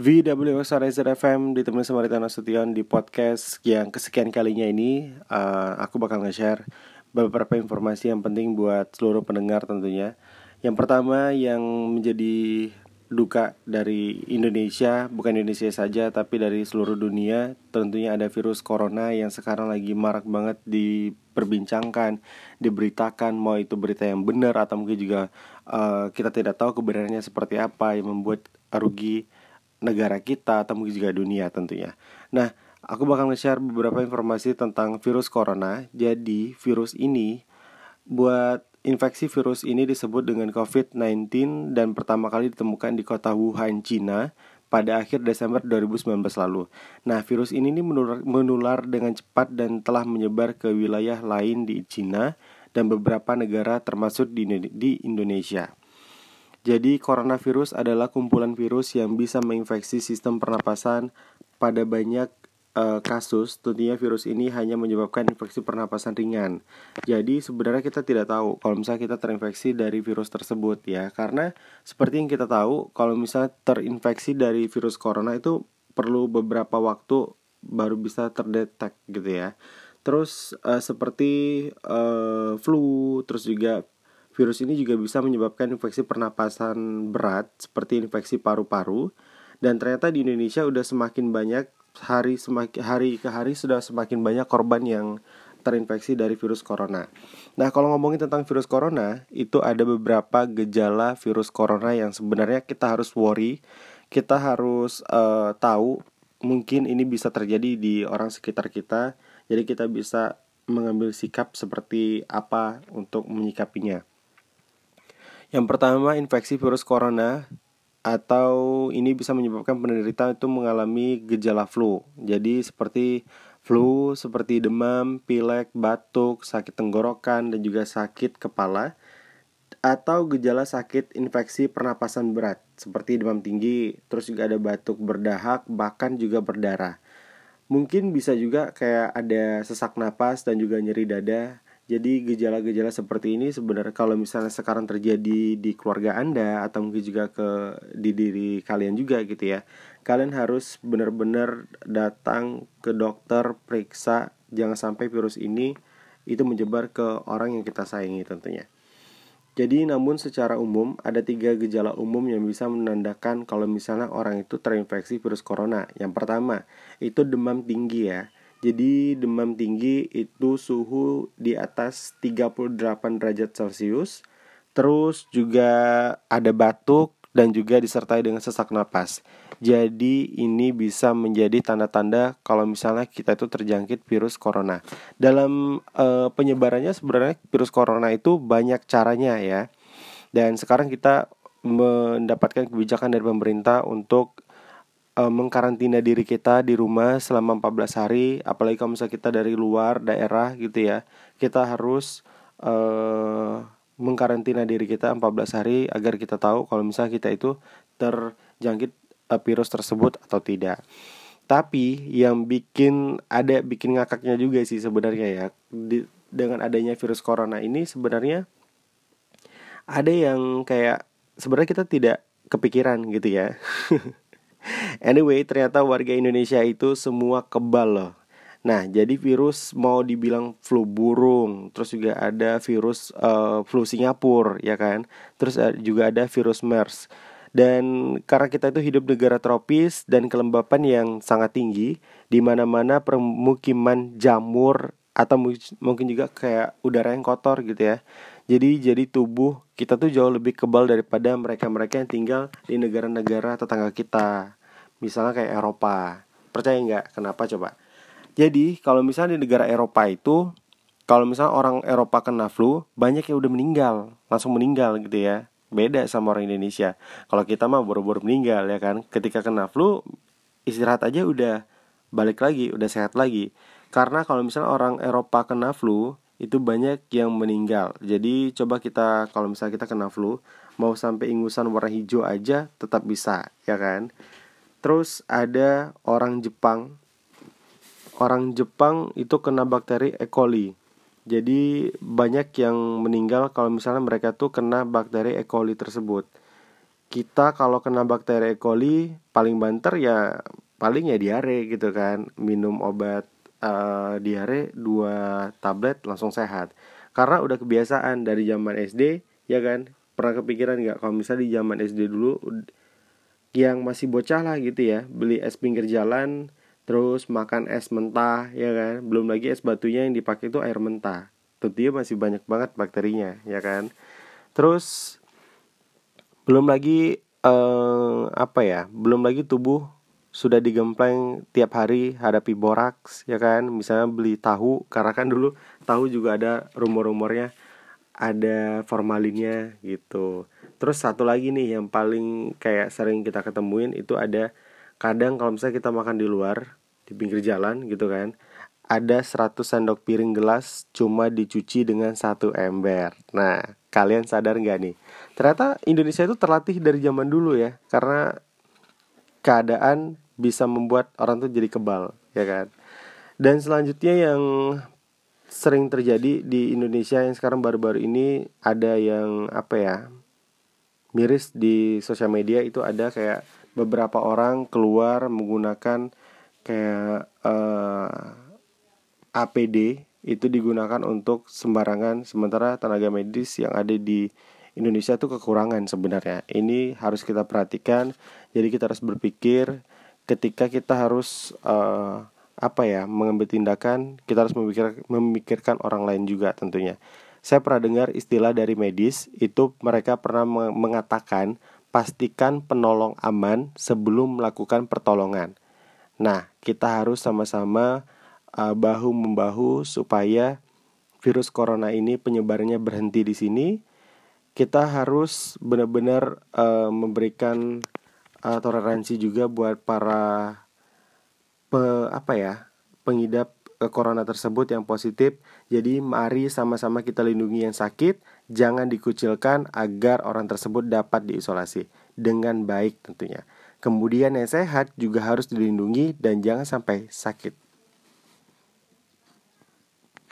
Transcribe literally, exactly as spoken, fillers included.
V W X Riser F M ditemani sama Rita Nasution di podcast yang kesekian kalinya ini. uh, Aku bakal nge-share beberapa informasi yang penting buat seluruh pendengar tentunya. Yang pertama yang menjadi duka dari Indonesia, bukan Indonesia saja tapi dari seluruh dunia, tentunya ada virus corona yang sekarang lagi marak banget diperbincangkan, diberitakan. Mau itu berita yang benar atau mungkin juga uh, kita tidak tahu kebenarannya seperti apa, yang membuat rugi negara kita atau mungkin juga dunia tentunya. Nah, aku bakal nge-share beberapa informasi tentang virus corona. Jadi, virus ini buat infeksi virus ini disebut dengan covid sembilan belas dan pertama kali ditemukan di kota Wuhan, Cina pada akhir Desember dua ribu sembilan belas lalu. Nah, virus ini nih menular, menular dengan cepat dan telah menyebar ke wilayah lain di Cina dan beberapa negara termasuk di, di Indonesia. Jadi coronavirus adalah kumpulan virus yang bisa menginfeksi sistem pernapasan. Pada banyak uh, kasus, tentunya virus ini hanya menyebabkan infeksi pernapasan ringan. Jadi sebenarnya kita tidak tahu kalau misalnya kita terinfeksi dari virus tersebut ya. Karena seperti yang kita tahu, kalau misalnya terinfeksi dari virus corona itu perlu beberapa waktu baru bisa terdetek gitu ya. Terus uh, seperti uh, flu, terus juga virus ini juga bisa menyebabkan infeksi pernapasan berat seperti infeksi paru-paru. Dan ternyata di Indonesia udah semakin banyak, hari semakin hari ke hari sudah semakin banyak korban yang terinfeksi dari virus corona. Nah, kalau ngomongin tentang virus corona, itu ada beberapa gejala virus corona yang sebenarnya kita harus worry, kita harus uh, tahu mungkin ini bisa terjadi di orang sekitar kita. Jadi kita bisa mengambil sikap seperti apa untuk menyikapinya. Yang pertama, infeksi virus corona atau ini bisa menyebabkan penderita itu mengalami gejala flu. Jadi seperti flu, seperti demam, pilek, batuk, sakit tenggorokan, dan juga sakit kepala. Atau gejala sakit infeksi pernapasan berat seperti demam tinggi, terus juga ada batuk berdahak, bahkan juga berdarah. Mungkin bisa juga kayak ada sesak napas dan juga nyeri dada. Jadi gejala-gejala seperti ini sebenarnya kalau misalnya sekarang terjadi di keluarga Anda atau mungkin juga ke di diri kalian juga gitu ya, kalian harus benar-benar datang ke dokter, periksa, jangan sampai virus ini itu menyebar ke orang yang kita sayangi tentunya. Jadi namun secara umum ada tiga gejala umum yang bisa menandakan kalau misalnya orang itu terinfeksi virus corona. Yang pertama itu demam tinggi ya. Jadi demam tinggi itu suhu di atas tiga puluh delapan derajat Celcius. Terus juga ada batuk dan juga disertai dengan sesak napas. Jadi ini bisa menjadi tanda-tanda kalau misalnya kita itu terjangkit virus corona. Dalam e, penyebarannya sebenarnya virus corona itu banyak caranya ya. Dan sekarang kita mendapatkan kebijakan dari pemerintah untuk e, mengkarantina diri kita di rumah selama empat belas hari. Apalagi kalau misalnya kita dari luar daerah gitu ya, kita harus e, mengkarantina diri kita empat belas hari agar kita tahu kalau misalnya kita itu terjangkit e, virus tersebut atau tidak. Tapi yang bikin ada bikin ngakaknya juga sih sebenarnya ya, di, dengan adanya virus corona ini sebenarnya ada yang kayak sebenarnya kita tidak kepikiran gitu ya. Anyway, ternyata warga Indonesia itu semua kebal loh. Nah, jadi virus mau dibilang flu burung, terus juga ada virus uh, flu Singapura, ya kan? Terus uh, juga ada virus MERS. Dan karena kita itu hidup negara tropis dan kelembapan yang sangat tinggi, di mana-mana permukiman jamur atau mungkin juga kayak udara yang kotor gitu ya. Jadi jadi tubuh kita tuh jauh lebih kebal daripada mereka-mereka yang tinggal di negara-negara tetangga kita. Misalnya kayak Eropa. Percaya nggak? Kenapa coba? Jadi kalau misalnya di negara Eropa itu, kalau misalnya orang Eropa kena flu, banyak yang udah meninggal, langsung meninggal gitu ya. Beda sama orang Indonesia. Kalau kita mah baru-baru meninggal ya kan. Ketika kena flu, istirahat aja udah balik lagi, udah sehat lagi. Karena kalau misalnya orang Eropa kena flu, itu banyak yang meninggal. Jadi coba kita, kalau misalnya kita kena flu, mau sampai ingusan warna hijau aja tetap bisa, ya kan. Terus ada orang Jepang. Orang Jepang itu kena bakteri E. coli. Jadi banyak yang meninggal kalau misalnya mereka tuh kena bakteri E. coli tersebut. kita kalau kena bakteri E. coli paling banter ya paling ya diare gitu kan. Minum obat uh, diare dua tablet langsung sehat. Karena udah kebiasaan dari zaman S D, ya kan. Pernah kepikiran nggak kalau misalnya di zaman S D dulu yang masih bocah lah gitu ya, beli es pinggir jalan, terus makan es mentah, ya kan. Belum lagi es batunya yang dipakai itu air mentah. Tentunya masih banyak banget bakterinya, ya kan. Terus belum lagi eh, apa ya? Belum lagi tubuh sudah digempleng tiap hari hadapi boraks, ya kan. Misalnya beli tahu, karena kan dulu tahu juga ada rumor-rumornya ada formalinnya gitu. Terus satu lagi nih yang paling kayak sering kita ketemuin itu ada kadang kalau misalnya kita makan di luar di pinggir jalan gitu kan, ada seratus sendok piring gelas cuma dicuci dengan satu ember. Nah, kalian sadar nggak nih? Ternyata Indonesia itu terlatih dari zaman dulu ya, karena keadaan bisa membuat orang tuh jadi kebal, ya kan? Dan selanjutnya yang sering terjadi di Indonesia yang sekarang baru-baru ini ada yang apa ya, miris di sosial media itu ada kayak beberapa orang keluar menggunakan kayak uh, A P D itu digunakan untuk sembarangan, sementara tenaga medis yang ada di Indonesia itu kekurangan sebenarnya. Ini harus kita perhatikan. Jadi kita harus berpikir ketika kita harus uh, apa ya mengambil tindakan, kita harus memikir, memikirkan orang lain juga tentunya. Saya pernah dengar istilah dari medis itu, mereka pernah mengatakan pastikan penolong aman sebelum melakukan pertolongan. Nah, kita harus sama-sama uh, bahu-membahu supaya virus corona ini penyebarannya berhenti di sini. Kita harus benar-benar uh, memberikan uh, toleransi juga buat para pe, apa ya pengidap uh, corona tersebut yang positif. Jadi mari sama-sama kita lindungi yang sakit, jangan dikucilkan agar orang tersebut dapat diisolasi dengan baik tentunya. Kemudian yang sehat juga harus dilindungi dan jangan sampai sakit.